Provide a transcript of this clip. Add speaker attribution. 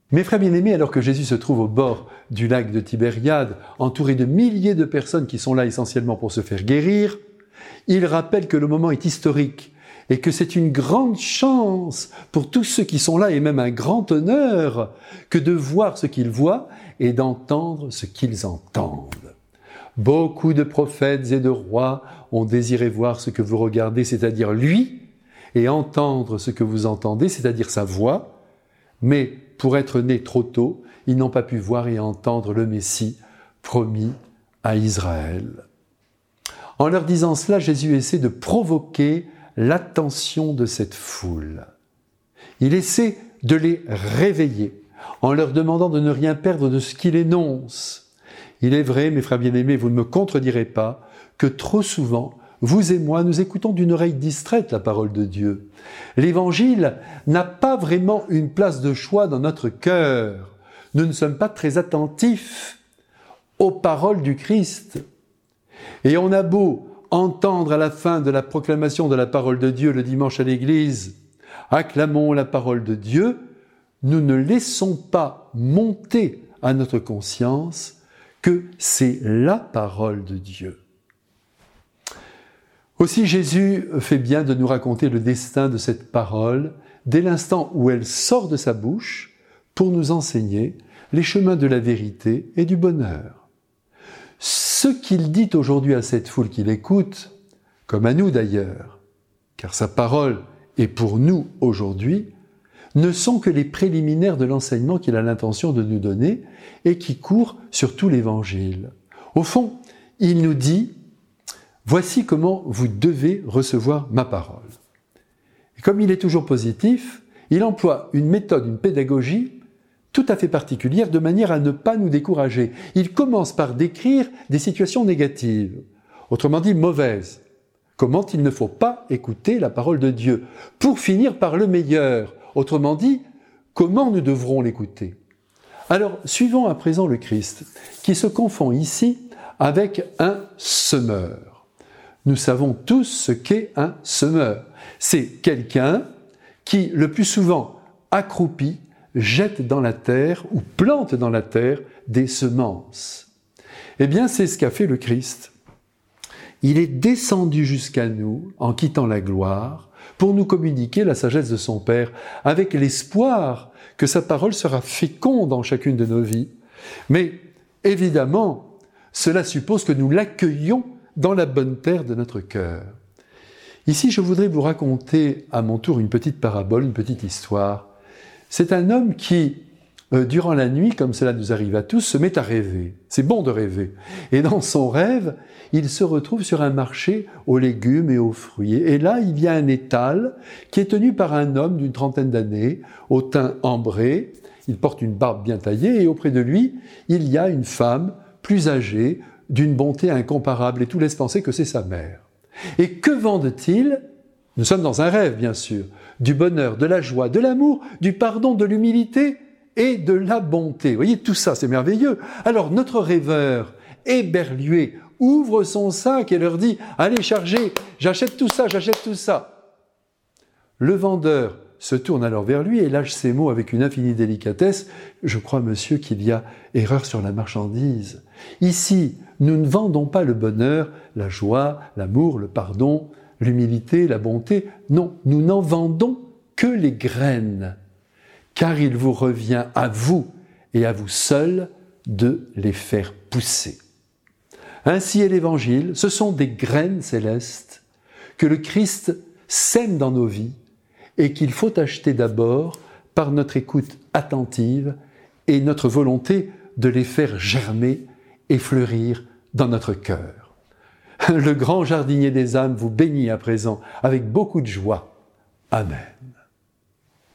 Speaker 1: Mes frères bien-aimés, alors que Jésus se trouve au bord du lac de Tibériade, entouré de milliers de personnes qui sont là essentiellement pour se faire guérir, il rappelle que le moment est historique et que c'est une grande chance pour tous ceux qui sont là et même un grand honneur que de voir ce qu'ils voient et d'entendre ce qu'ils entendent. Beaucoup de prophètes et de rois ont désiré voir ce que vous regardez, c'est-à-dire lui, et entendre ce que vous entendez, c'est-à-dire sa voix, mais pour être nés trop tôt, ils n'ont pas pu voir et entendre le Messie promis à Israël. En leur disant cela, Jésus essaie de provoquer l'attention de cette foule. Il essaie de les réveiller en leur demandant de ne rien perdre de ce qu'il énonce. Il est vrai, mes frères bien-aimés, vous ne me contredirez pas, que trop souvent, vous et moi, nous écoutons d'une oreille distraite la parole de Dieu. L'Évangile n'a pas vraiment une place de choix dans notre cœur. Nous ne sommes pas très attentifs aux paroles du Christ. Et on a beau entendre à la fin de la proclamation de la parole de Dieu le dimanche à l'église, acclamons la parole de Dieu, nous ne laissons pas monter à notre conscience que c'est la parole de Dieu. Aussi Jésus fait bien de nous raconter le destin de cette parole dès l'instant où elle sort de sa bouche pour nous enseigner les chemins de la vérité et du bonheur. Ce qu'il dit aujourd'hui à cette foule qui l'écoute, comme à nous d'ailleurs, car sa parole est pour nous aujourd'hui, ne sont que les préliminaires de l'enseignement qu'il a l'intention de nous donner et qui court sur tout l'Évangile. Au fond, il nous dit « Voici comment vous devez recevoir ma parole ». Et comme il est toujours positif, il emploie une méthode, une pédagogie tout à fait particulière de manière à ne pas nous décourager. Il commence par décrire des situations négatives, autrement dit mauvaises. Comment il ne faut pas écouter la parole de Dieu, pour finir par le meilleur. Autrement dit, comment nous devrons l'écouter. Alors, suivons à présent le Christ, qui se confond ici avec un semeur. Nous savons tous ce qu'est un semeur. C'est quelqu'un qui, le plus souvent accroupi, jette dans la terre ou plante dans la terre des semences. Eh bien, c'est ce qu'a fait le Christ. Il est descendu jusqu'à nous en quittant la gloire pour nous communiquer la sagesse de son Père avec l'espoir que sa parole sera féconde en chacune de nos vies. Mais évidemment, cela suppose que nous l'accueillions dans la bonne terre de notre cœur. Ici, je voudrais vous raconter à mon tour une petite parabole, une petite histoire. C'est un homme qui, durant la nuit, comme cela nous arrive à tous, se met à rêver. C'est bon de rêver. Et dans son rêve, il se retrouve sur un marché aux légumes et aux fruits. Et là, il y a un étal qui est tenu par un homme d'une trentaine d'années, au teint ambré. Il porte une barbe bien taillée et auprès de lui, il y a une femme plus âgée, d'une bonté incomparable. Et tout laisse penser que c'est sa mère. Et que vendent-ils ? Nous sommes dans un rêve, bien sûr. Du bonheur, de la joie, de l'amour, du pardon, de l'humilité et de la bonté. Vous voyez, tout ça, c'est merveilleux. Alors, notre rêveur, éberlué, ouvre son sac et leur dit « Allez, chargez, j'achète tout ça, j'achète tout ça ». Le vendeur se tourne alors vers lui et lâche ces mots avec une infinie délicatesse. « Je crois, monsieur, qu'il y a erreur sur la marchandise. Ici, nous ne vendons pas le bonheur, la joie, l'amour, le pardon, l'humilité, la bonté. Non, nous n'en vendons que les graines, car il vous revient à vous et à vous seuls de les faire pousser. » Ainsi est l'Évangile, ce sont des graines célestes que le Christ sème dans nos vies et qu'il faut acheter d'abord par notre écoute attentive et notre volonté de les faire germer et fleurir dans notre cœur. Le grand jardinier des âmes vous bénit à présent avec beaucoup de joie. Amen.